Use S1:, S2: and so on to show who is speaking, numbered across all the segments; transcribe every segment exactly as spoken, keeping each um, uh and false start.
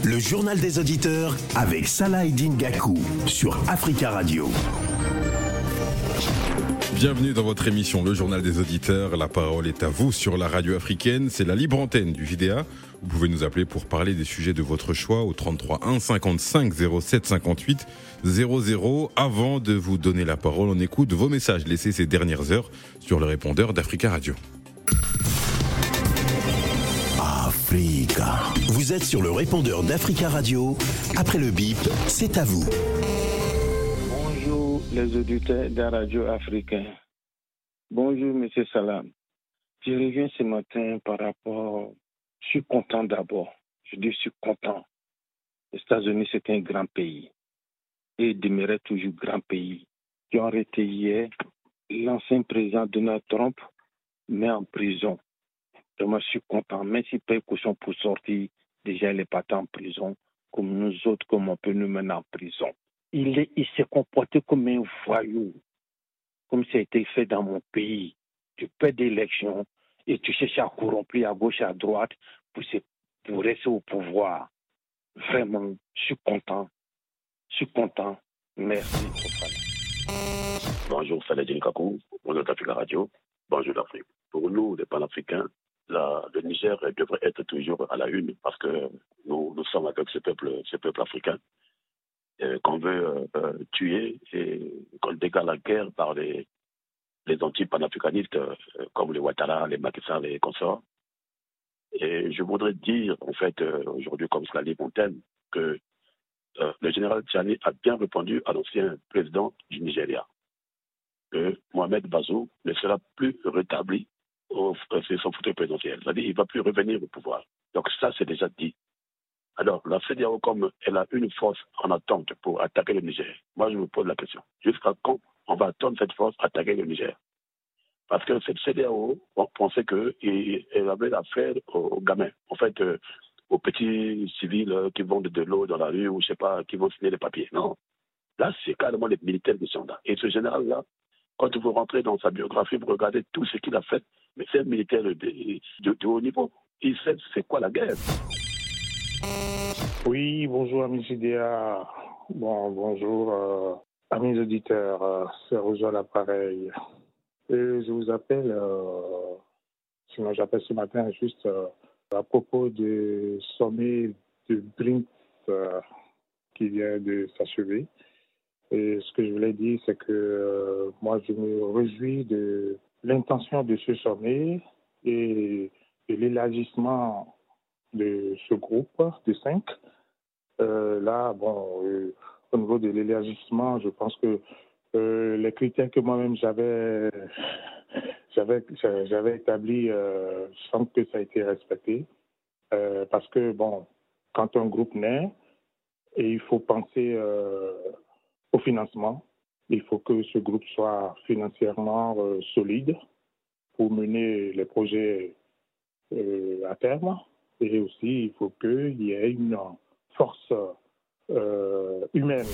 S1: Le journal des auditeurs avec Salah Eddine Gakou sur Africa Radio.
S2: Bienvenue dans votre émission Le Journal des Auditeurs. La parole est à vous sur la radio africaine. C'est la libre antenne du J D A. Vous pouvez nous appeler pour parler des sujets de votre choix au trente-trois un cinquante-cinq zéro sept cinquante-huit zéro zéro. Avant de vous donner la parole, on écoute vos messages laissés ces dernières heures sur le répondeur d'Africa Radio.
S1: Africa. Vous êtes sur le répondeur d'Africa Radio. Après le bip, c'est à vous.
S3: Bonjour les auditeurs de la radio africaine. Bonjour Monsieur Salam. Je reviens ce matin par rapport... Je suis content d'abord. Je dis je suis content. Les États-Unis, c'est un grand pays. Et il demeurait toujours grand pays. Qui ont arrêté hier l'ancien président Donald Trump, mais en prison. Donc moi, je suis content. Même s'il paye caution pour sortir, déjà, il n'est pas en prison. Comme nous autres, comme on peut nous mener en prison. Il, est, il s'est comporté comme un voyou. Comme ça a été fait dans mon pays. Tu perds d'élections et tu cherches à corrompre à gauche et à droite pour, se, pour rester au pouvoir. Vraiment, je suis content. Je suis content. Merci.
S4: Bonjour, Salah Eddine Gakou. Bonjour d'Africa Radio. Bonjour d'Afrique. Pour nous, les panafricains, la, le Niger devrait être toujours à la une parce que nous, nous sommes avec ce peuple, ce peuple africain euh, qu'on veut euh, tuer et qu'on dégage la guerre par les, les anti-panafricanistes euh, comme les Ouattara, les Macky Sall et consorts. Et je voudrais dire, en fait, euh, aujourd'hui, comme cela dit Fontaine, que euh, le général Tchani a bien répondu à l'ancien président du Nigeria que Mohamed Bazoum ne sera plus rétabli au, c'est son fauteuil présidentiel. C'est-à-dire qu'il ne va plus revenir au pouvoir. Donc ça, c'est déjà dit. Alors, la C E D E A O, comme elle a une force en attente pour attaquer le Niger, moi, je me pose la question. Jusqu'à quand on va attendre cette force attaquer le Niger? Parce que cette C E D E A O, on pensait qu'elle avait affaire aux gamins. En fait, euh, aux petits civils euh, qui vendent de l'eau dans la rue ou je ne sais pas, qui vont signer les papiers. Non. Là, c'est carrément les militaires qui sont là. Et ce général-là, quand vous rentrez dans sa biographie, vous regardez tout ce qu'il a fait, mais c'est un militaire de, de, de haut niveau. Il sait c'est quoi la guerre.
S5: Oui, bonjour amis J D A. Bon, bonjour euh, amis auditeurs. Euh, c'est Roger l'appareil. Et je vous appelle, euh, sinon j'appelle ce matin juste euh, à propos du sommet de Brink euh, qui vient de s'achever. Et ce que je voulais dire, c'est que euh, moi, je me réjouis de l'intention de ce sommet et de l'élargissement de ce groupe de cinq. Euh, là, bon, euh, au niveau de l'élargissement, je pense que euh, les critères que moi-même j'avais, j'avais, j'avais établis, euh, je sens que ça a été respecté. Euh, parce que, bon, quand un groupe naît, et il faut penser... Euh, au financement. Il faut que ce groupe soit financièrement euh, solide pour mener les projets euh, à terme. Et aussi, il faut qu'il y ait une force euh, humaine.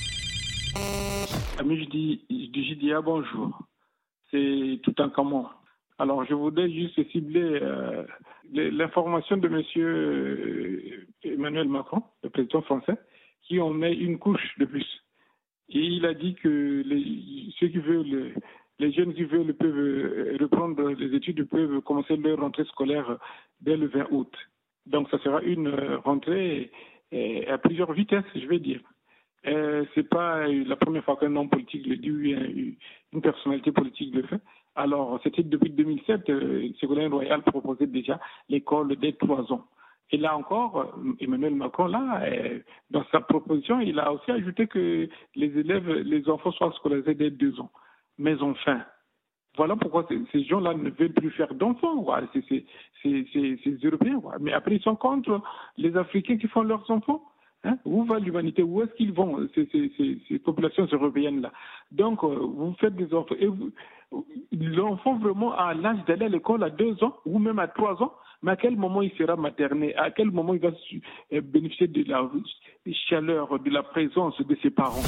S6: Amis du J D A, bonjour. C'est Toutankhamon. Alors, je voudrais juste cibler euh, l'information de M. Emmanuel Macron, le président français, qui en met une couche de plus. Et il a dit que les, ceux qui veulent, les jeunes qui veulent peuvent reprendre les études peuvent commencer leur rentrée scolaire dès le vingt août. Donc, ça sera une rentrée à plusieurs vitesses, je vais dire. Ce n'est pas la première fois qu'un homme politique le dit ou une personnalité politique le fait. Alors, c'était depuis deux mille sept, Ségolène Royal proposait déjà l'école dès trois ans. Et là encore, Emmanuel Macron, là, dans sa proposition, il a aussi ajouté que les élèves, les enfants soient scolarisés dès deux ans. Mais enfin, voilà pourquoi ces gens-là ne veulent plus faire d'enfants. C'est, c'est, c'est, c'est, c'est européen. Mais après, ils sont contre les Africains qui font leurs enfants. Hein? Où va l'humanité? Où est-ce qu'ils vont, ces, ces, ces, ces populations européennes-là? Donc, vous faites des enfants. Et vous, l'enfant vraiment à l'âge d'aller à l'école à deux ans ou même à trois ans, mais à quel moment il sera materné? À quel moment il va bénéficier de la chaleur, de la présence de ses parents?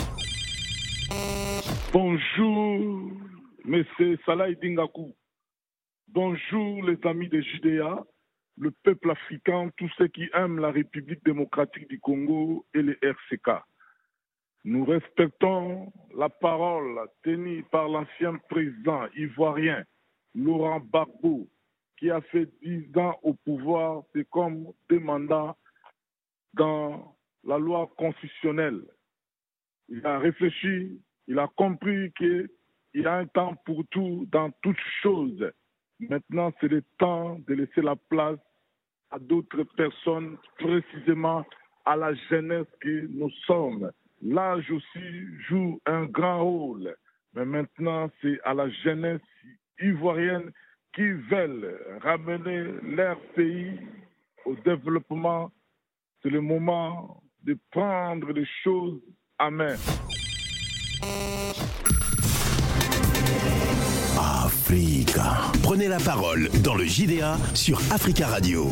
S7: Bonjour, M. Salah Eddine Gakou. Bonjour les amis de J D A. le peuple africain, tous ceux qui aiment la République démocratique du Congo et les R C K. Nous respectons la parole tenue par l'ancien président ivoirien Laurent Gbagbo, qui a fait dix ans au pouvoir. C'est comme deux mandats dans la loi constitutionnelle. Il a réfléchi, il a compris qu'il y a un temps pour tout dans toutes choses. Maintenant, c'est le temps de laisser la place à d'autres personnes, précisément à la jeunesse que nous sommes. L'âge aussi joue un grand rôle. Mais maintenant, c'est à la jeunesse ivoirienne qui veulent ramener leur pays au développement. C'est le moment de prendre les choses à main.
S1: Africa. Prenez la parole dans le J D A sur Africa Radio.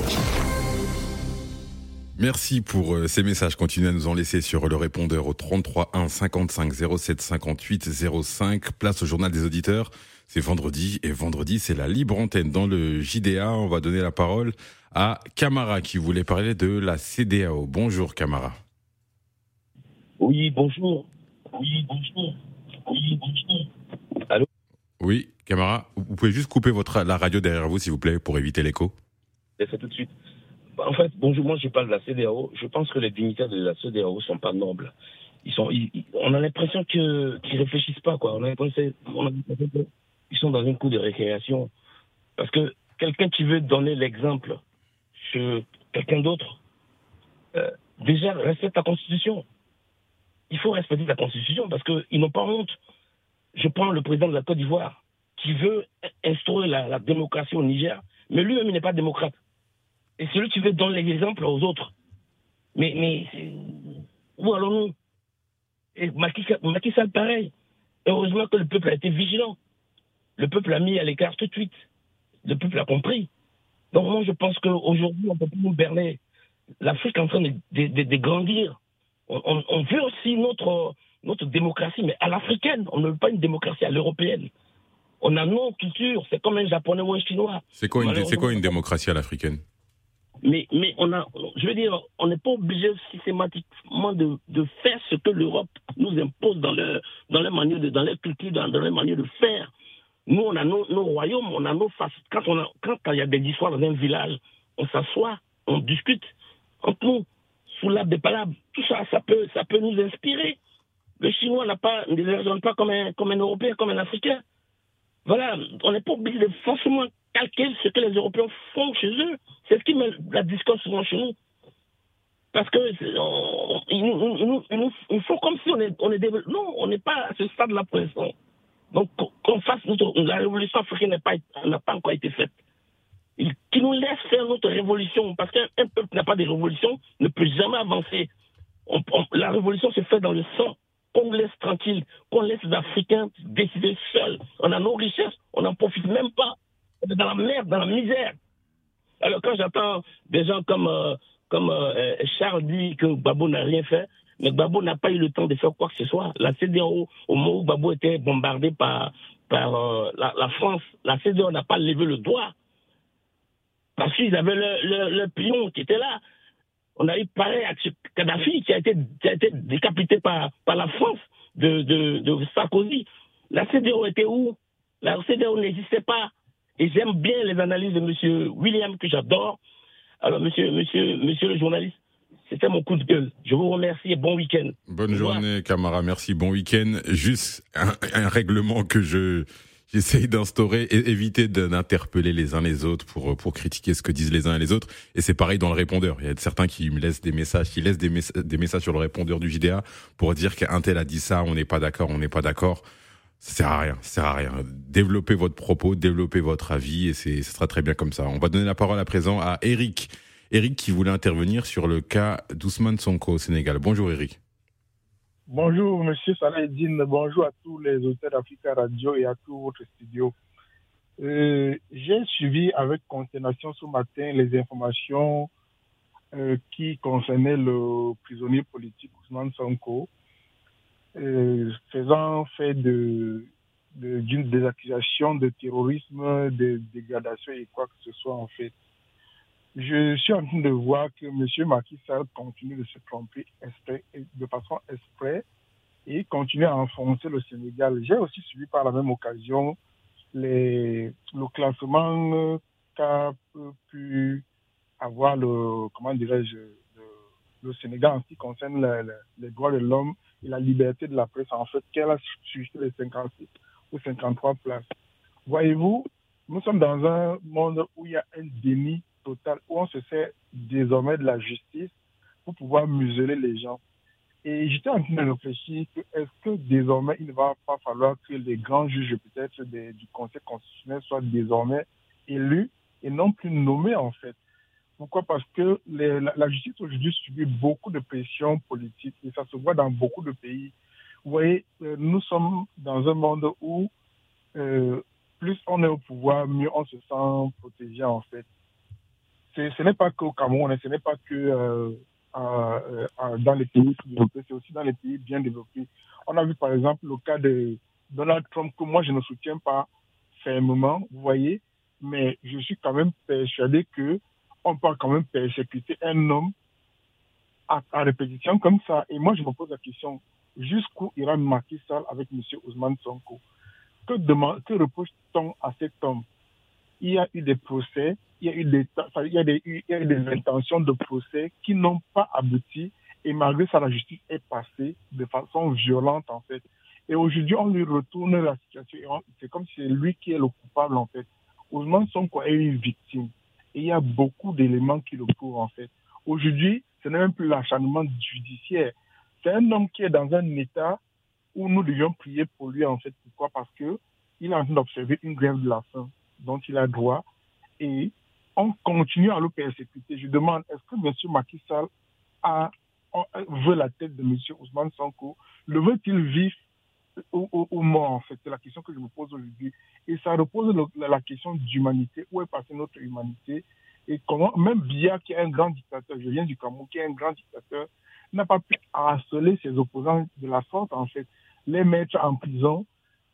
S2: Merci pour euh, ces messages. Continuez à nous en laisser sur le répondeur au trente-trois un cinquante-cinq zéro sept cinquante-huit zéro cinq. Place au journal des auditeurs. C'est vendredi et vendredi, c'est la libre antenne. Dans le J D A, on va donner la parole à Camara qui voulait parler de la C D A O. Bonjour Camara.
S8: Oui, bonjour. Oui, bonjour. Oui, bonjour. Allô?
S2: Oui, Camara, vous pouvez juste couper votre, la radio derrière vous, s'il vous plaît, pour éviter l'écho.
S8: Je fais tout de suite. En fait, bonjour, moi je parle de la C D A O. Je pense que les dignitaires de la C D A O ne sont pas nobles. Ils sont, ils, ils, on a l'impression que, qu'ils ne réfléchissent pas, quoi. On a l'impression, on a l'impression qu'ils sont dans une cour de récréation. Parce que quelqu'un qui veut donner l'exemple sur quelqu'un d'autre, euh, déjà respecte la Constitution. Il faut respecter la Constitution parce qu'ils n'ont pas honte. Je prends le président de la Côte d'Ivoire qui veut instaurer la, la démocratie au Niger, mais lui-même il n'est pas démocrate. Et celui qui veut donner l'exemple aux autres. Mais, mais où allons-nous? Et Macky, Macky Sall, pareil. Heureusement que le peuple a été vigilant. Le peuple a mis à l'écart tout de suite. Le peuple a compris. Donc moi, je pense qu'aujourd'hui, on ne peut plus nous berner. L'Afrique est en train de, de, de, de grandir. On, on, on veut aussi notre, notre démocratie, mais à l'africaine. On ne veut pas une démocratie à l'européenne. On a nos cultures. C'est comme un Japonais ou un Chinois.
S2: C'est quoi une, c'est quoi une démocratie à l'africaine?
S8: Mais, mais on a, je veux dire, on n'est pas obligé systématiquement de, de faire ce que l'Europe nous impose dans leur, dans leur manière de, dans leur culture, dans, dans leur manière de faire. Nous, on a nos, nos royaumes, on a nos faces. Quand on a, quand il y a des histoires dans un village, on s'assoit, on discute entre nous, sous l'arbre des palabres. Tout ça, ça peut, ça peut nous inspirer. Le Chinois n'a pas, ne les raisonne pas comme un, comme un Européen, comme un Africain. Voilà, on n'est pas obligé de forcément calquer ce que les Européens font chez eux. C'est ce qui met la discorde souvent chez nous. Parce que on, il, il, il, il faut comme si on est, on est développé. Non, on n'est pas à ce stade-là pour l'instant. Donc qu'on fasse notre, la révolution africaine n'a pas, n'a pas encore été faite. Il, qui nous laisse faire notre révolution. Parce qu'un peuple qui n'a pas de révolution ne peut jamais avancer. On, on, la révolution se fait dans le sang. Qu'on laisse tranquille, qu'on laisse les Africains décider seuls. On a nos richesses, on n'en profite même pas. On est dans la merde, dans la misère. Alors quand j'entends des gens comme, euh, comme euh, Charles dit que Gbagbo n'a rien fait, mais Gbagbo n'a pas eu le temps de faire quoi que ce soit. La C D A O, au moment où Gbagbo était bombardé par, par euh, la, la France, la C D A O n'a pas levé le doigt. Parce qu'ils avaient le, le, le pion qui était là. On a eu pareil à Kadhafi qui a été, qui a été décapité par, par la France de, de, de Sarkozy. La C D A O était où? La C D A O n'existait pas. Et j'aime bien les analyses de M. William, que j'adore. Alors, monsieur, monsieur, monsieur le journaliste, c'était mon coup de gueule. Je vous remercie et bon week-end.
S2: Bonne journée, Camara. Merci. Bon week-end. Juste un, un règlement que je... J'essaye d'instaurer et éviter d'interpeller les uns les autres pour pour critiquer ce que disent les uns et les autres. Et c'est pareil dans le répondeur. Il y a certains qui me laissent des messages, qui laissent des, mes- des messages sur le répondeur du J D A pour dire qu'un tel a dit ça, on n'est pas d'accord, on n'est pas d'accord. Ça sert à rien, ça sert à rien. Développez votre propos, développez votre avis et c'est, ça sera très bien comme ça. On va donner la parole à présent à Eric. Eric qui voulait intervenir sur le cas d'Ousmane Sonko au Sénégal. Bonjour Eric.
S5: Bonjour, Monsieur Salah Eddine. Bonjour à tous les auditeurs d'Africa Radio et à tout votre studio. Euh, j'ai suivi avec consternation ce matin les informations euh, qui concernaient le prisonnier politique Ousmane Sonko, euh, faisant fait de, de, d'une, des accusations de terrorisme, de dégradation et quoi que ce soit en fait. je suis en train de voir que M. Macky Sall continue de se tromper exprès, de façon exprès et continue à enfoncer le Sénégal. J'ai aussi suivi par la même occasion les, le classement qu'a pu avoir le, comment dirais-je, le, le Sénégal en ce qui concerne les, les, les droits de l'homme et la liberté de la presse, en fait, qu'elle a suscité les cinquante-six ou cinquante-trois places. Voyez-vous, nous sommes dans un monde où il y a un déni total, où on se sert désormais de la justice pour pouvoir museler les gens. Et j'étais en train de réfléchir que est-ce que désormais il ne va pas falloir que les grands juges peut-être des, du Conseil constitutionnel soient désormais élus et non plus nommés en fait. Pourquoi? Parce que les, la, la justice aujourd'hui subit beaucoup de pression politique et ça se voit dans beaucoup de pays. Vous voyez, euh, nous sommes dans un monde où euh, plus on est au pouvoir, mieux on se sent protégé en fait. C'est, ce n'est pas qu'au Cameroun, ce n'est pas que euh, euh, euh, dans les pays développés, c'est aussi dans les pays bien développés. On a vu par exemple le cas de Donald Trump, que moi je ne soutiens pas fermement, vous voyez, mais je suis quand même persuadé qu'on peut quand même persécuter un homme à, à répétition comme ça. Et moi je me pose la question, jusqu'où ira Macky Sall avec M. Ousmane Sonko? Que, demande, que reproche-t-on à cet homme? Il y a eu des procès, il y a eu des, il y a des, il y a eu des intentions de procès qui n'ont pas abouti et malgré ça, la justice est passée de façon violente en fait. Et aujourd'hui, on lui retourne la situation et on, c'est comme si c'est lui qui est le coupable en fait. Ousmane Sonko est une victime et il y a beaucoup d'éléments qui le prouvent en fait. Aujourd'hui, ce n'est même plus l'acharnement judiciaire. C'est un homme qui est dans un état où nous devions prier pour lui en fait. Pourquoi? Parce que il est en train d'observer une grève de la faim dont il a droit, et on continue à le persécuter. Je demande, est-ce que M. Macky Sall a, veut la tête de M. Ousmane Sonko? Le veut-il vif ou, ou, ou mort, en fait? C'est la question que je me pose aujourd'hui. Et ça repose le, la, la question d'humanité. Où est passée notre humanité? Et comment, même Biya, qui est un grand dictateur, je viens du Cameroun, qui est un grand dictateur, n'a pas pu harceler ses opposants de la sorte, en fait. Les mettre en prison,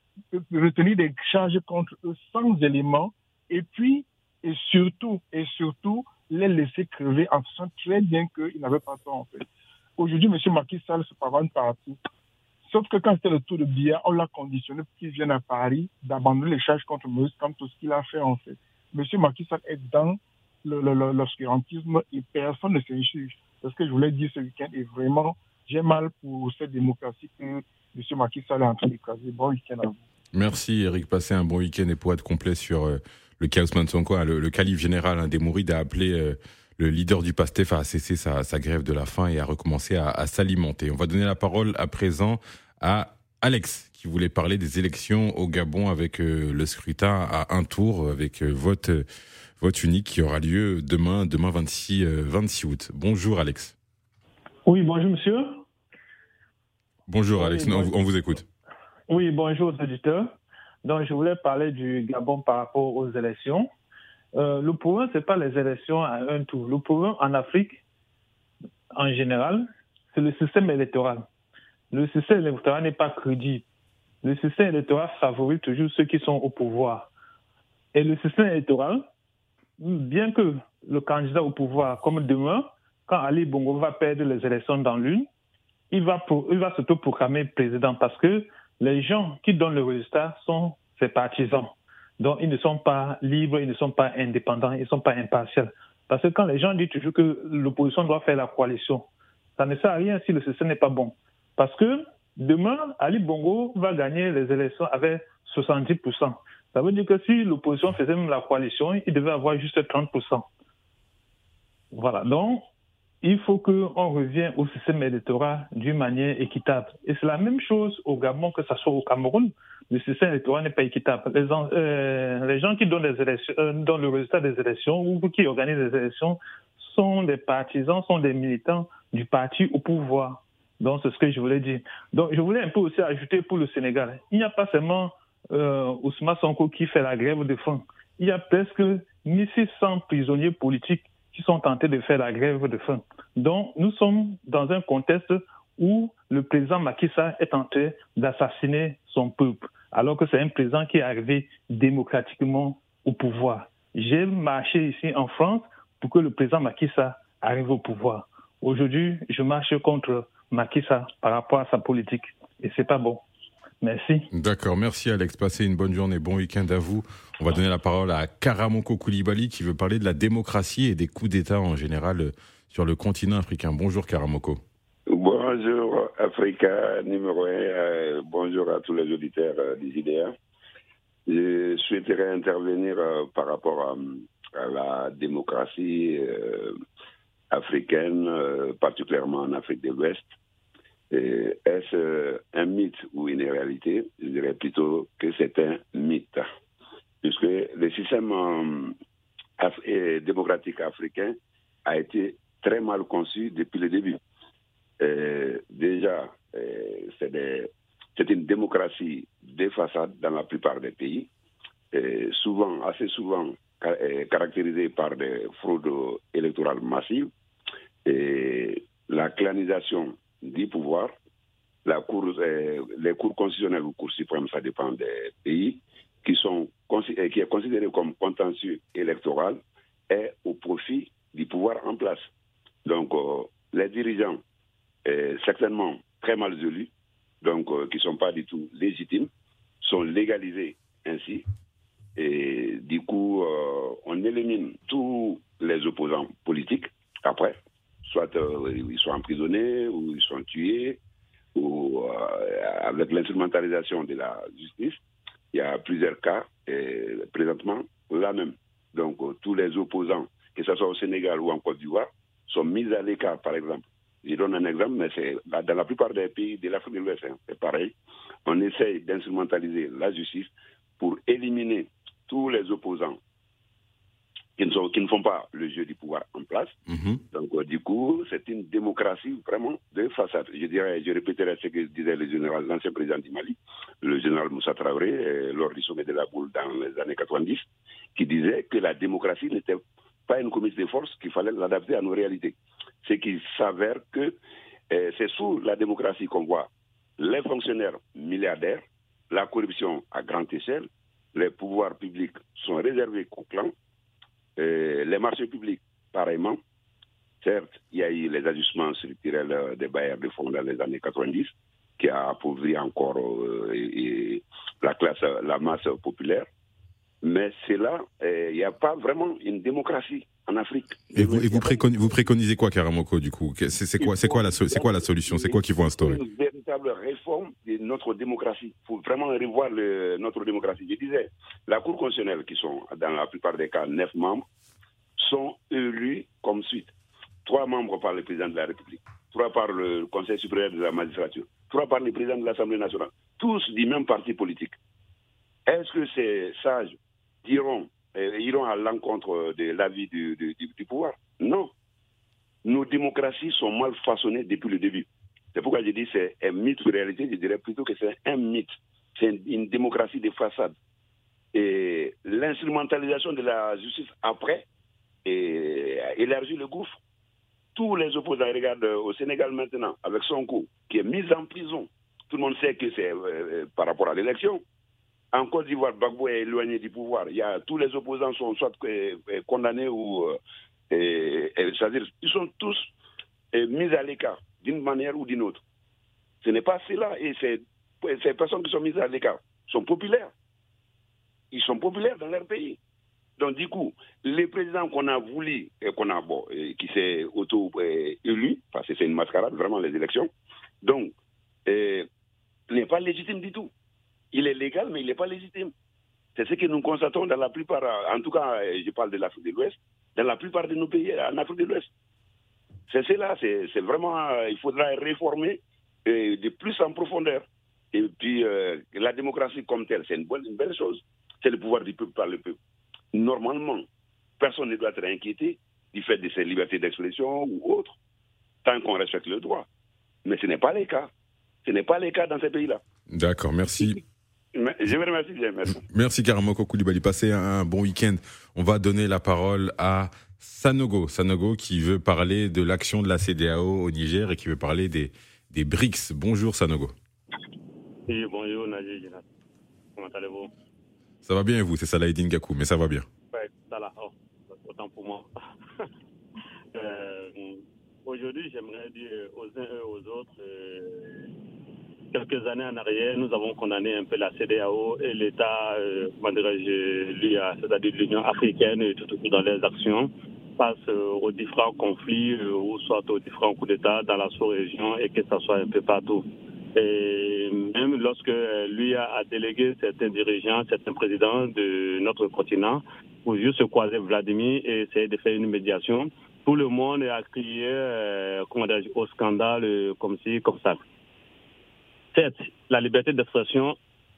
S5: retenir des charges contre eux sans éléments, et puis, et surtout, et surtout, les laisser crever en sachant très bien qu'ils n'avaient pas tort, en fait. Aujourd'hui, M. Macky Sall se pavane partout. Sauf que quand c'était le tour de Biya, on l'a conditionné pour qu'il vienne à Paris d'abandonner les charges contre Moïse, comme tout ce qu'il a fait, en fait. M. Macky Sall est dans le, le, le, l'obscurantisme et personne ne s'injuge. C'est ce que je voulais dire ce week-end, et vraiment, j'ai mal pour cette démocratie que M. Macky Sall est en train d'écraser. Bon week-end à vous.
S2: Merci Eric, passez un bon week-end. Et pour être complet sur euh, le cas Ousmane Sonko, hein, le, le calife général hein, des Mourides a appelé euh, le leader du PASTEF à cesser sa, sa grève de la faim et à recommencer à, à s'alimenter. On va donner la parole à présent à Alex qui voulait parler des élections au Gabon avec euh, le scrutin à un tour avec euh, vote, euh, vote unique qui aura lieu demain, demain vingt-six, euh, vingt-six août. Bonjour Alex.
S9: Oui, bonjour monsieur.
S2: Bonjour Alex, oui, non, bonjour. On vous écoute.
S9: Oui, bonjour aux auditeurs. Donc, je voulais parler du Gabon par rapport aux élections. Euh, le problème, ce n'est pas les élections à un tour. Le problème en Afrique, en général, c'est le système électoral. Le système électoral n'est pas crédible. Le système électoral favorise toujours ceux qui sont au pouvoir. Et le système électoral, bien que le candidat au pouvoir, comme demain, quand Ali Bongo va perdre les élections dans l'une, il va, pour, il va s'auto-proclamer président parce que les gens qui donnent le résultat sont ses partisans. Donc, ils ne sont pas libres, ils ne sont pas indépendants, ils ne sont pas impartials. Parce que quand les gens disent toujours que l'opposition doit faire la coalition, ça ne sert à rien si le système n'est pas bon. Parce que demain, Ali Bongo va gagner les élections avec soixante-dix pour cent. Ça veut dire que si l'opposition faisait même la coalition, il devait avoir juste trente pour cent. Voilà. Donc, il faut qu'on revienne au système électoral d'une manière équitable. Et c'est la même chose au Gabon que ça soit au Cameroun. Le système électoral n'est pas équitable. Les, euh, les gens qui donnent, les élections, euh, donnent le résultat des élections ou qui organisent les élections sont des partisans, sont des militants du parti au pouvoir. Donc, c'est ce que je voulais dire. Donc, je voulais un peu aussi ajouter pour le Sénégal. Il n'y a pas seulement euh, Ousmane Sonko qui fait la grève de faim. Il y a presque mille six cents prisonniers politiques qui sont tentés de faire la grève de faim. Donc, nous sommes dans un contexte où le président Macky Sall est tenté d'assassiner son peuple, alors que c'est un président qui est arrivé démocratiquement au pouvoir. J'ai marché ici en France pour que le président Macky Sall arrive au pouvoir. Aujourd'hui, je marche contre Macky Sall par rapport à sa politique. Et c'est pas bon. Merci.
S2: D'accord, merci Alex. Passez une bonne journée, bon week-end à vous. On va donner la parole à Karamoko Koulibaly qui veut parler de la démocratie et des coups d'État en général sur le continent africain. Bonjour Karamoko.
S10: Bonjour Africa numéro un, euh, bonjour à tous les auditeurs euh, des I D A. Je souhaiterais intervenir euh, par rapport à, à la démocratie euh, africaine, euh, particulièrement en Afrique de l'Ouest. Et est-ce un mythe ou une réalité? Je dirais plutôt que c'est un mythe, puisque le système euh, af- démocratique africain a été très mal conçu depuis le début. Euh, déjà, euh, c'est, des, c'est une démocratie de façade dans la plupart des pays, euh, souvent, assez souvent car, euh, caractérisée par des fraudes électorales massives, et la clanisation du pouvoir, la cour, euh, les cours constitutionnels ou cours suprêmes, ça dépend des pays, qui, sont, euh, qui est considéré comme contentieux électoral et au profit du pouvoir en place. Donc, euh, les dirigeants, Euh, certainement très mal élus, donc euh, qui ne sont pas du tout légitimes, sont légalisés ainsi. Et du coup, euh, on élimine tous les opposants politiques après, soit euh, ils sont emprisonnés ou ils sont tués, ou euh, avec l'instrumentalisation de la justice, il y a plusieurs cas, et présentement, là même. Donc, euh, tous les opposants, que ce soit au Sénégal ou en Côte d'Ivoire, sont mis à l'écart, par exemple. Je donne un exemple, mais c'est dans la plupart des pays de l'Afrique de l'Ouest, hein, c'est pareil. On essaye d'instrumentaliser la justice pour éliminer tous les opposants qui ne, sont, qui ne font pas le jeu du pouvoir en place. Mm-hmm. Donc, euh, du coup, c'est une démocratie vraiment de façade. Je dirais, je répéterai ce que disait le général, l'ancien président du Mali, le général Moussa Traoré, euh, lors du sommet de la Boule dans les années quatre-vingt-dix, qui disait que la démocratie n'était pas une comédie de force, qu'il fallait l'adapter à nos réalités. C'est qu'il s'avère que euh, c'est sous la démocratie qu'on voit les fonctionnaires milliardaires, la corruption à grande échelle, les pouvoirs publics sont réservés qu'aux clans, euh, les marchés publics pareillement. Certes, il y a eu les ajustements structurels euh, des bailleurs de fonds dans les années quatre-vingt-dix, qui a appauvri encore euh, et, et la classe, la masse populaire. Mais c'est là, il n'y a pas vraiment une démocratie en Afrique.
S2: Et vous, et vous, préconisez, vous préconisez quoi, Karamoko, du coup? C'est, c'est, quoi, c'est, quoi la, c'est quoi la solution? C'est quoi qu'il faut instaurer?
S10: Une véritable réforme de notre démocratie. Il faut vraiment revoir le, notre démocratie. Je disais, la Cour constitutionnelle, qui sont dans la plupart des cas neuf membres, sont élus comme suite. Trois membres par le président de la République, trois par le Conseil supérieur de la magistrature, trois par le président de l'Assemblée nationale, tous du même parti politique. Est-ce que ces sages diront, euh, iront à l'encontre de l'avis du, du, du, du pouvoir? Non. Nos démocraties sont mal façonnées depuis le début. C'est pourquoi je dis que c'est un mythe de réalité. Je dirais plutôt que c'est un mythe. C'est une, une démocratie de façade. Et l'instrumentalisation de la justice après et, élargit le gouffre. Tous les opposants, regardent au Sénégal maintenant, avec Sonko, qui est mis en prison. Tout le monde sait que c'est euh, par rapport à l'élection. En Côte d'Ivoire, Gbagbo est éloigné du pouvoir. Il y a, tous les opposants sont soit euh, condamnés ou... Euh, et, et, c'est-à-dire ils sont tous euh, mis à l'écart, d'une manière ou d'une autre. Ce n'est pas cela. Et ces, ces personnes qui sont mises à l'écart sont populaires. Ils sont populaires dans leur pays. Donc, du coup, les présidents qu'on a voulu, et qu'on a, bon, et qui s'est auto-élu, parce que c'est une mascarade, vraiment, les élections, donc, euh, n'est pas légitime du tout. Il est légal, mais il n'est pas légitime. C'est ce que nous constatons dans la plupart, en tout cas, je parle de l'Afrique de l'Ouest, dans la plupart de nos pays en Afrique de l'Ouest. C'est cela, c'est, c'est vraiment, il faudra réformer euh, de plus en profondeur. Et puis, euh, la démocratie comme telle, c'est une, bonne, une belle chose. C'est le pouvoir du peuple par le peuple. Normalement, personne ne doit être inquiété du fait de ses libertés d'expression ou autres, tant qu'on respecte le droit. Mais ce n'est pas le cas. Ce n'est pas le cas dans ces pays-là.
S2: D'accord, merci.
S10: Je vous remercie bien, merci.
S2: Merci Karamoko Koulibaly. Passez un bon week-end. On va donner la parole à Sanogo. Sanogo qui veut parler de l'action de la C E D E A O au Niger et qui veut parler des, des B R I C S. Bonjour Sanogo.
S11: Oui, bonjour Naji. Comment allez-vous?
S2: Ça va bien et vous? C'est Salah Eddine Gakou, mais ça va bien.
S11: Ouais, ça là. Oh. autant pour moi. euh, aujourd'hui, j'aimerais dire aux uns et aux autres, euh, quelques années en arrière, nous avons condamné un peu la C E D E A O et l'État, euh, comment dirais-je, lui, c'est-à-dire l'Union africaine, et tout, tout dans les actions, face euh, aux différents conflits, euh, ou soit aux différents coups d'État dans la sous-région et que ça soit un peu partout. Et même lorsque lui a, a délégué certains dirigeants, certains présidents de notre continent pour juste se croiser Vladimir et essayer de faire une médiation, tout le monde a crié euh, comment dire, au scandale euh, comme ci, comme ça. Certes, la liberté d'expression,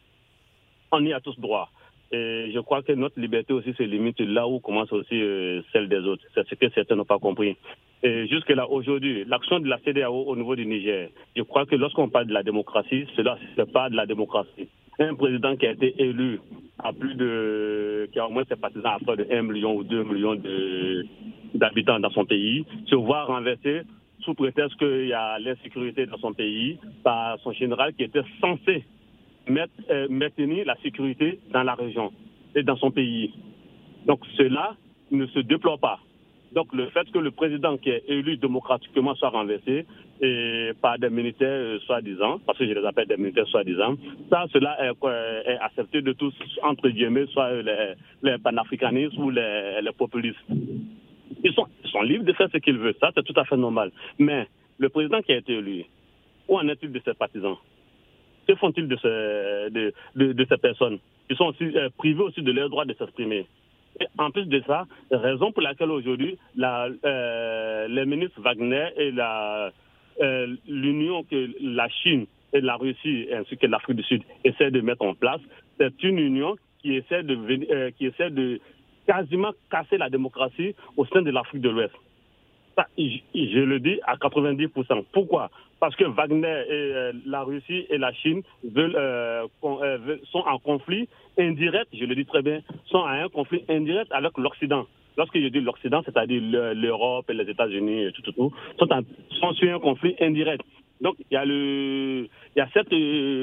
S11: on y a tous droit. Et je crois que notre liberté aussi se limite là où commence aussi euh, celle des autres. C'est ce que certains n'ont pas compris. Et jusque-là, aujourd'hui, l'action de la C E D E A O au niveau du Niger, je crois que lorsqu'on parle de la démocratie, cela, c'est pas de la démocratie. Un président qui a été élu à plus de, qui a au moins ses partisans à près de un million ou deux millions de, d'habitants dans son pays, se voit renversé sous prétexte qu'il y a l'insécurité dans son pays par son général qui était censé mettre, euh, maintenir la sécurité dans la région et dans son pays. Donc cela ne se déplore pas. Donc le fait que le président qui est élu démocratiquement soit renversé et par des militaires euh, soi-disant, parce que je les appelle des militaires soi-disant, ça, cela est, euh, est accepté de tous, entre guillemets, soit les, les panafricanistes ou les, les populistes. Ils sont, ils sont libres de faire ce qu'ils veulent, ça c'est tout à fait normal. Mais le président qui a été élu, où en est-il de ses partisans? Que font-ils de ces, de, de, de ces personnes? Ils sont aussi euh, privés aussi de leur droit de s'exprimer. Et en plus de ça, raison pour laquelle aujourd'hui, la, euh, les ministres Wagner et la, euh, l'union que la Chine et la Russie ainsi que l'Afrique du Sud essaient de mettre en place, c'est une union qui essaie de, euh, qui essaie de quasiment casser la démocratie au sein de l'Afrique de l'Ouest. Ça, je le dis à quatre-vingt-dix pour cent. Pourquoi? Parce que Wagner et euh, la Russie et la Chine veulent, euh, con, euh, veulent, sont en conflit indirect, je le dis très bien, sont en un conflit indirect avec l'Occident. Lorsque je dis l'Occident, c'est-à-dire l'Europe et les États-Unis et tout, tout, tout, sont, en, sont sur un conflit indirect. Donc il y a le, il y a cette, euh,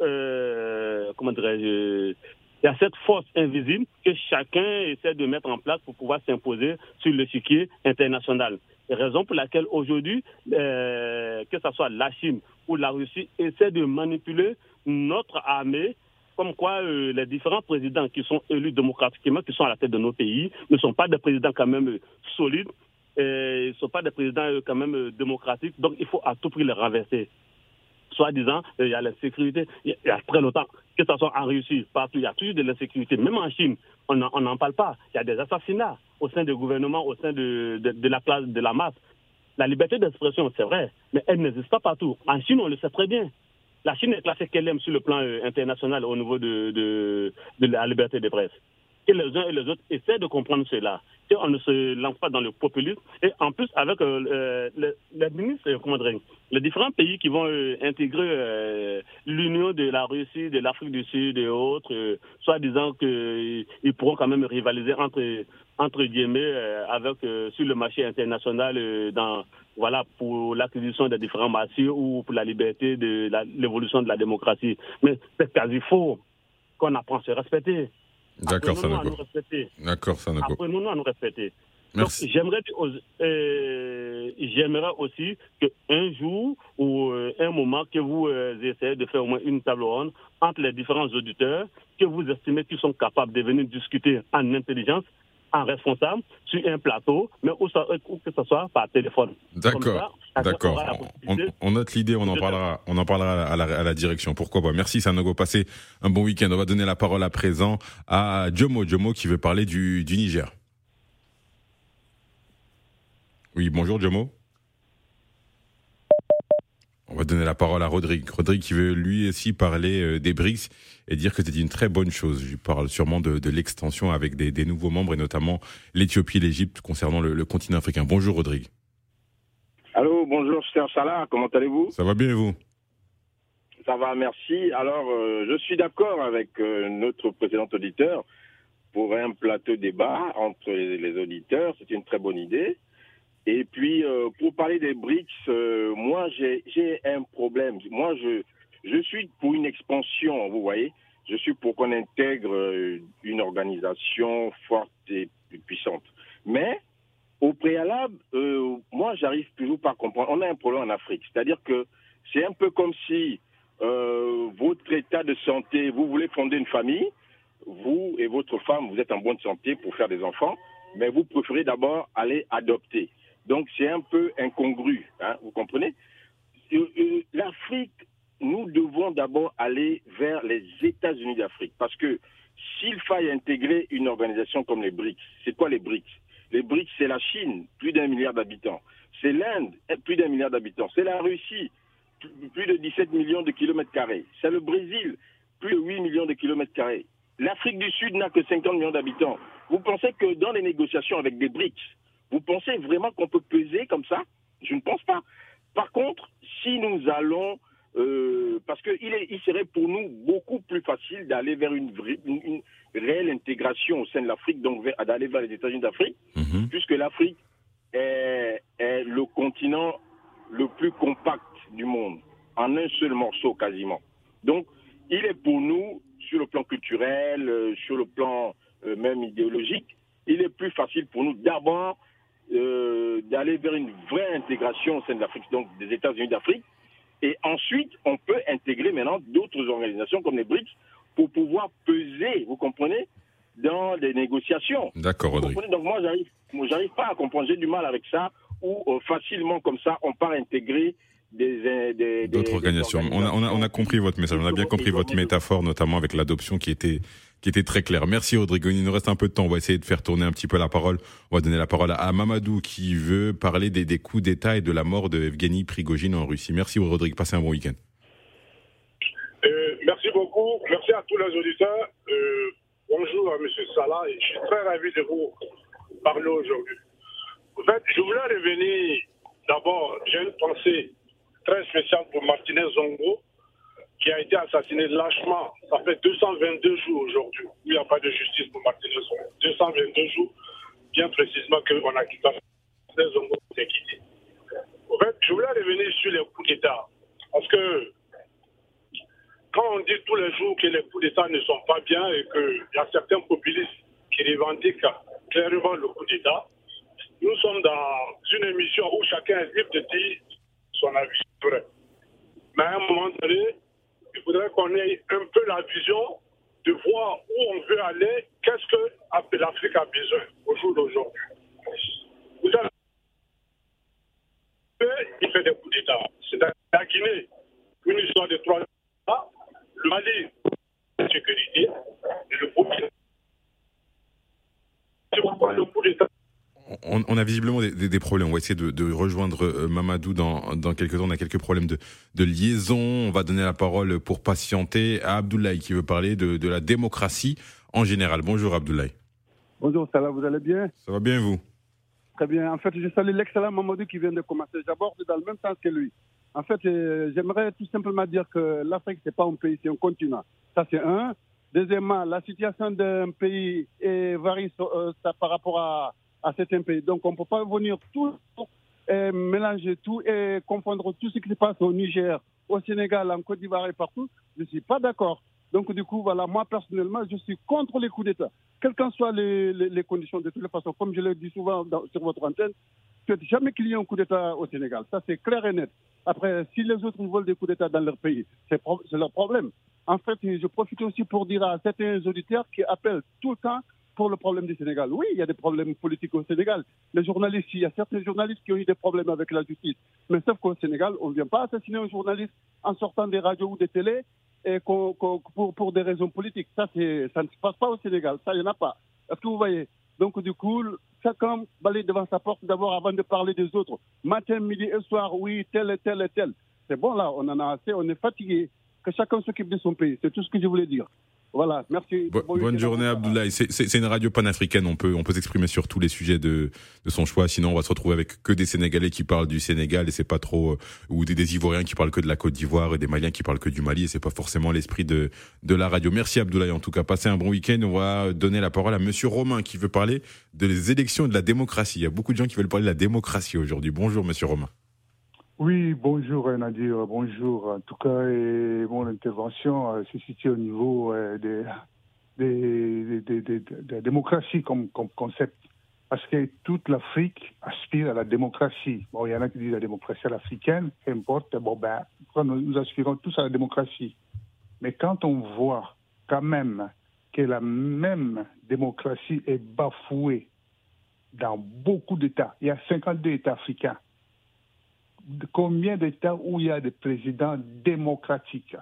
S11: euh, comment dirais-je, il y a cette force invisible que chacun essaie de mettre en place pour pouvoir s'imposer sur l'échiquier international. Raison pour laquelle aujourd'hui, euh, que ce soit la Chine ou la Russie, essaient de manipuler notre armée, comme quoi euh, les différents présidents qui sont élus démocratiquement, qui sont à la tête de nos pays, ne sont pas des présidents quand même euh, solides, et ils ne sont pas des présidents euh, quand même euh, démocratiques, donc il faut à tout prix les renverser. Soi-disant, il y a l'insécurité, il y a très longtemps, que ce soit en Russie, partout, il y a toujours de l'insécurité. Même en Chine, on n'en parle pas. Il y a des assassinats au sein du gouvernement, au sein de, de, de la classe, de la masse. La liberté d'expression, c'est vrai, mais elle n'existe pas partout. En Chine, on le sait très bien. La Chine est classée qu'elle aime sur le plan euh, international au niveau de, de, de la liberté de presse. Et les uns et les autres essaient de comprendre cela. Et on ne se lance pas dans le populisme. Et en plus, avec euh, les, les ministres, comment dire, les différents pays qui vont euh, intégrer euh, l'union de la Russie, de l'Afrique du Sud et autres, euh, soit disant qu'ils euh, pourront quand même rivaliser entre, entre guillemets euh, avec, euh, sur le marché international euh, dans, voilà, pour l'acquisition des différents marchés ou pour la liberté de la, l'évolution de la démocratie. Mais c'est quasi faux qu'on apprend à se respecter.
S2: D'accord, ça ne
S11: nous respecter.
S2: D'accord, ça ne
S11: Apprenons-nous à nous respecter.
S2: Merci.
S11: Donc, j'aimerais, euh, j'aimerais aussi qu'un jour ou euh, un moment que vous euh, essayez de faire au moins une table ronde entre les différents auditeurs que vous estimez qu'ils sont capables de venir discuter en intelligence, en responsable, sur un plateau, mais où, ça, où que ce soit par téléphone.
S2: D'accord, ça, d'accord. On, on note l'idée, on en parlera, on en parlera à la, à la direction. Pourquoi pas. Merci Sanogo, passez un bon week-end. On va donner la parole à présent à Jomo, Jomo qui veut parler du, du Niger. Oui, bonjour Jomo. On va donner la parole à Rodrigue. Rodrigue qui veut lui aussi parler des B R I C S et dire que c'est une très bonne chose. Je parle sûrement de, de l'extension avec des, des nouveaux membres et notamment l'Éthiopie et l'Égypte concernant le, le continent africain. Bonjour Rodrigue.
S12: Allô, bonjour Cher Salah, comment allez-vous?
S2: Ça va bien et vous?
S12: Ça va, merci. Alors, euh, je suis d'accord avec euh, notre précédent auditeur pour un plateau débat entre les, les auditeurs. C'est une très bonne idée. Et puis, euh, pour parler des B R I C S, euh, moi, j'ai, j'ai un problème. Moi, je, je suis pour une expansion, vous voyez. Je suis pour qu'on intègre euh, une organisation forte et puissante. Mais au préalable, euh, moi, j'arrive toujours pas à comprendre. On a un problème en Afrique. C'est-à-dire que c'est un peu comme si euh, votre état de santé, vous voulez fonder une famille, vous et votre femme, vous êtes en bonne santé pour faire des enfants, mais vous préférez d'abord aller adopter. Donc, c'est un peu incongru, hein, vous comprenez? euh, euh, L'Afrique, nous devons d'abord aller vers les États-Unis d'Afrique. Parce que s'il faille intégrer une organisation comme les BRICS, c'est quoi les BRICS? Les BRICS, c'est la Chine, plus d'un milliard d'habitants. C'est l'Inde, plus d'un milliard d'habitants. C'est la Russie, plus de dix-sept millions de kilomètres carrés. C'est le Brésil, plus de huit millions de kilomètres carrés. L'Afrique du Sud n'a que cinquante millions d'habitants. Vous pensez que dans les négociations avec des BRICS, vous pensez vraiment qu'on peut peser comme ça? Je ne pense pas. Par contre, si nous allons... Euh, parce qu'il il serait pour nous beaucoup plus facile d'aller vers une, vraie, une, une réelle intégration au sein de l'Afrique, donc vers, d'aller vers les États-Unis d'Afrique, mmh. puisque l'Afrique est, est le continent le plus compact du monde, en un seul morceau quasiment. Donc, il est pour nous, sur le plan culturel, euh, sur le plan euh, même idéologique, il est plus facile pour nous d'abord euh, d'aller vers une vraie intégration au sein de l'Afrique, donc des États-Unis d'Afrique. Et ensuite, on peut intégrer maintenant d'autres organisations comme les BRICS pour pouvoir peser, vous comprenez, dans les négociations.
S2: D'accord, Rodrigue.
S12: Donc moi, j'arrive, moi, j'arrive pas à comprendre, j'ai du mal avec ça, où euh, facilement comme ça, on part intégrer des, des,
S2: d'autres des, organisations. Des organisations. On a, on, a, on a compris votre message, on a bien compris votre métaphore, notamment avec l'adoption qui était... qui était très clair. Merci Rodrigue. Il nous reste un peu de temps. On va essayer de faire tourner un petit peu la parole. On va donner la parole à Mamadou qui veut parler des, des coups d'État et de la mort de Evgeny Prigojine en Russie. Merci Rodrigue. Passez un bon week-end.
S13: Euh, merci beaucoup. Merci à tous les auditeurs. Euh, bonjour à M. Salah. Je suis très ravi de vous parler aujourd'hui. En fait, je voulais revenir d'abord. J'ai une pensée très spéciale pour Martinez Zongo, qui a été assassiné lâchement. Ça fait deux cent vingt-deux jours aujourd'hui où il n'y a pas de justice pour Martinez Zongo. deux cent vingt-deux jours, bien précisément qu'on a quitté Martinez Zongo pour quitté. En fait, je voulais revenir sur les coups d'État. Parce que quand on dit tous les jours que les coups d'État ne sont pas bien et qu'il y a certains populistes qui revendiquent clairement le coup d'État, nous sommes dans une émission où chacun est libre de dire son avis vrai. Mais à un moment donné, il faudrait qu'on ait un peu la vision de voir où on veut aller, qu'est-ce que l'Afrique a besoin au jour d'aujourd'hui. Vous avez il fait des coups d'État. C'est la Guinée, une histoire de trois États, le Mali, la sécurité, et le coup d'État. C'est pourquoi le coup d'État.
S2: On, on a visiblement des, des, des problèmes. On va essayer de, de rejoindre euh, Mamadou dans, dans quelques temps. On a quelques problèmes de, de liaison. On va donner la parole pour patienter à Abdoulaye qui veut parler de, de la démocratie en général. Bonjour Abdoulaye.
S14: Bonjour Salah, vous allez bien?
S2: Ça va bien vous?
S14: Très bien. En fait, je salue l'excellent Mamadou qui vient de commencer. J'aborde dans le même sens que lui. En fait, euh, j'aimerais tout simplement dire que l'Afrique, c'est pas un pays, c'est un continent. Ça, c'est un. Deuxièmement, la situation d'un pays est varie euh, ça, par rapport à à certains pays. Donc, on ne peut pas venir tout et mélanger tout et confondre tout ce qui se passe au Niger, au Sénégal, en Côte d'Ivoire et partout. Je ne suis pas d'accord. Donc, du coup, voilà, moi, personnellement, je suis contre les coups d'État. Quelles qu'en soient les, les, les conditions, de toutes les façons, comme je l'ai dit souvent dans, sur votre antenne, je ne souhaite jamais qu'il y ait un coup d'État au Sénégal. Ça, c'est clair et net. Après, si les autres veulent des coups d'État dans leur pays, c'est, pro- c'est leur problème. En fait, je profite aussi pour dire à certains auditeurs qui appellent tout le temps pour le problème du Sénégal. Oui, il y a des problèmes politiques au Sénégal. Les journalistes, il y a certains journalistes qui ont eu des problèmes avec la justice. Mais sauf qu'au Sénégal, on ne vient pas assassiner un journaliste en sortant des radios ou des télés et qu'on, qu'on, pour, pour des raisons politiques. Ça, c'est, ça ne se passe pas au Sénégal. Ça, il n'y en a pas. Est-ce que vous voyez? Donc, du coup, chacun balaye devant sa porte d'abord avant de parler des autres. Matin, midi et soir, oui, tel et tel et tel. C'est bon, là, on en a assez, on est fatigué. Que chacun s'occupe de son pays. C'est tout ce que je voulais dire. Voilà, merci.
S2: Bo- bon bonne journée Abdoulaye. C'est, c'est, c'est une radio panafricaine, on peut, on peut s'exprimer sur tous les sujets de, de son choix. Sinon, on va se retrouver avec que des Sénégalais qui parlent du Sénégal et c'est pas trop, euh, ou des, des Ivoiriens qui parlent que de la Côte d'Ivoire et des Maliens qui parlent que du Mali et c'est pas forcément l'esprit de, de la radio. Merci Abdoulaye. En tout cas, passez un bon week-end. On va donner la parole à Monsieur Romain qui veut parler des élections et de la démocratie. Il y a beaucoup de gens qui veulent parler de la démocratie aujourd'hui. Bonjour Monsieur Romain.
S15: Oui, bonjour Nadir, bonjour. En tout cas, et mon intervention euh, se situe au niveau euh, des, des, des, des, des, de la démocratie comme, comme concept. Parce que toute l'Afrique aspire à la démocratie. Bon, il y en a qui disent la démocratie à l'africaine, qu'importe. Bon, ben, nous, nous aspirons tous à la démocratie. Mais quand on voit quand même que la même démocratie est bafouée dans beaucoup d'États, il y a cinquante-deux États africains. Combien d'États où il y a des présidents démocratiques?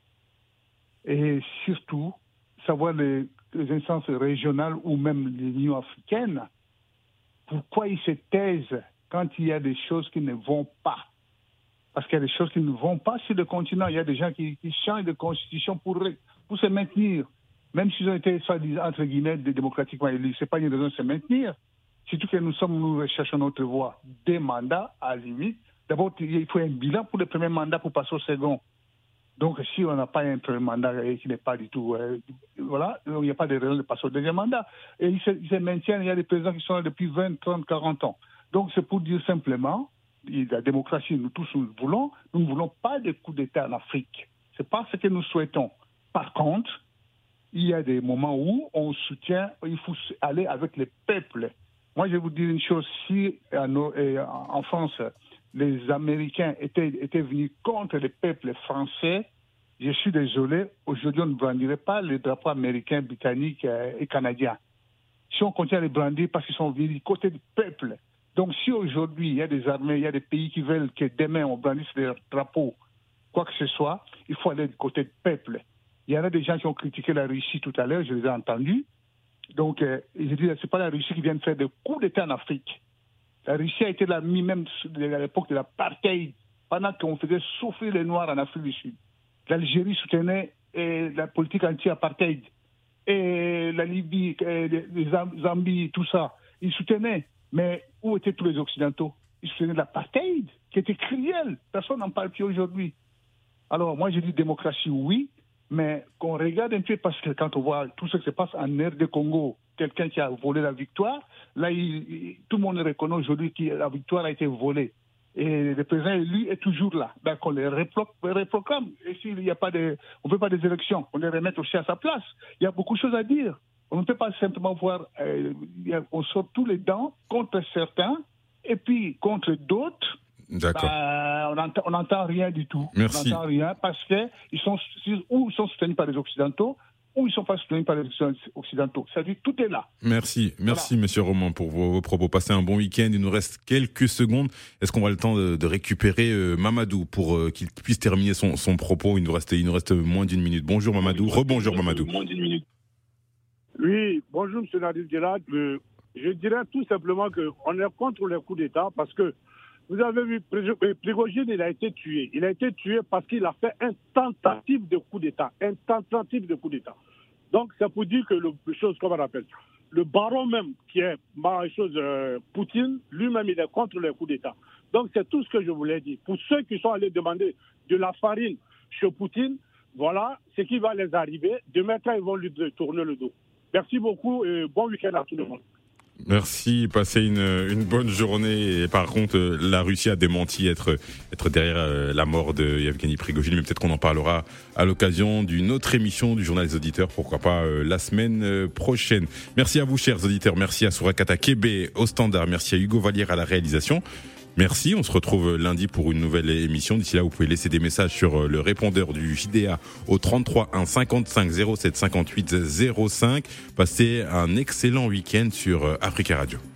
S15: Et surtout, savoir les, les instances régionales ou même l'Union africaine, pourquoi ils se taisent quand il y a des choses qui ne vont pas? Parce qu'il y a des choses qui ne vont pas sur le continent. Il y a des gens qui, qui changent de constitution pour, pour se maintenir. Même s'ils ont été, entre guillemets, démocratiquement élus. Ce n'est pas une raison de se maintenir. Surtout que nous sommes, nous recherchons notre voie. Des mandats, à la limite. D'abord, il faut un bilan pour le premier mandat pour passer au second. Donc, si on n'a pas un premier mandat qui n'est pas du tout... Euh, voilà, il n'y a pas de raison de passer au deuxième mandat. Et ils se, ils se maintiennent, il y a des présidents qui sont là depuis vingt, trente, quarante ans. Donc, c'est pour dire simplement, la démocratie, nous tous nous voulons, nous ne voulons pas de coup d'État en Afrique. Ce n'est pas ce que nous souhaitons. Par contre, il y a des moments où on soutient, il faut aller avec les peuples. Moi, je vais vous dire une chose, si en France, les Américains étaient, étaient venus contre les peuples français, je suis désolé, aujourd'hui on ne brandirait pas les drapeaux américains, britanniques et canadiens. Si on continue à les brandir parce qu'ils sont venus du côté du peuple. Donc si aujourd'hui il y a des armées, il y a des pays qui veulent que demain on brandisse les drapeaux, quoi que ce soit, il faut aller du côté du peuple. Il y en a des gens qui ont critiqué la Russie tout à l'heure, je les ai entendus. Donc euh, je dis, ce n'est pas la Russie qui vient de faire des coups d'État en Afrique. La Russie a été la même à l'époque de l'apartheid, pendant qu'on faisait souffrir les Noirs en Afrique du Sud. L'Algérie soutenait eh, la politique anti-apartheid. Et la Libye, eh, les Zambie, tout ça, ils soutenaient. Mais où étaient tous les Occidentaux? Ils soutenaient l'apartheid, qui était cruel. Personne n'en parle plus aujourd'hui. Alors, moi, je dis démocratie, oui, mais qu'on regarde un peu, parce que quand on voit tout ce qui se passe en R D Congo, quelqu'un qui a volé la victoire, là, il, il, tout le monde reconnaît aujourd'hui que la victoire a été volée. Et le président élu est toujours là. Ben, qu'on les reproclame. Et s'il n'y a pas de, on ne veut pas des élections, on les remet aussi à sa place. Il y a beaucoup de choses à dire. On ne peut pas simplement voir, euh, on sort tous les dents contre certains, et puis contre d'autres.
S2: D'accord.
S15: Ben, on n'entend rien du tout.
S2: Merci.
S15: On n'entend rien parce qu'ils sont, ou ils sont soutenus par les Occidentaux, ou ils ne sont pas soutenus par les Occidentaux. C'est-à-dire tout est là.
S2: Merci, merci voilà. Monsieur Roman pour vos, vos propos. Passez un bon week-end. Il nous reste quelques secondes. Est-ce qu'on va le temps de, de récupérer euh, Mamadou pour euh, qu'il puisse terminer son, son propos? Il nous reste, il nous reste moins d'une minute. Bonjour Mamadou. Rebonjour Mamadou.
S13: Moins d'une minute. Oui, bonjour Monsieur Nadir Djelad. Euh, je dirais tout simplement qu'on est contre les coups d'État parce que vous avez vu, Prigojine, il a été tué. Il a été tué parce qu'il a fait un tentative de coup d'État. Un tentative de coup d'État. Donc, c'est pour dire que le chose, comment on appelle, le baron même, qui est, ma chose, euh, Poutine, lui-même, il est contre les coups d'État. Donc, c'est tout ce que je voulais dire. Pour ceux qui sont allés demander de la farine chez Poutine, voilà ce qui va les arriver. Demain, quand ils vont lui tourner le dos. Merci beaucoup et bon week-end à tout le monde.
S2: Merci, passez une, une bonne journée. Et par contre, la Russie a démenti être, être derrière la mort de Yevgeny Prigojine, mais peut-être qu'on en parlera à l'occasion d'une autre émission du Journal des Auditeurs, pourquoi pas la semaine prochaine. Merci à vous, chers auditeurs. Merci à Sourakata Kébé au standard. Merci à Hugo Vallière à la réalisation. Merci, on se retrouve lundi pour une nouvelle émission. D'ici là, vous pouvez laisser des messages sur le répondeur du J D A au trente-trois un cinquante-cinq zéro sept cinquante-huit zéro cinq. Passez un excellent week-end sur Africa Radio.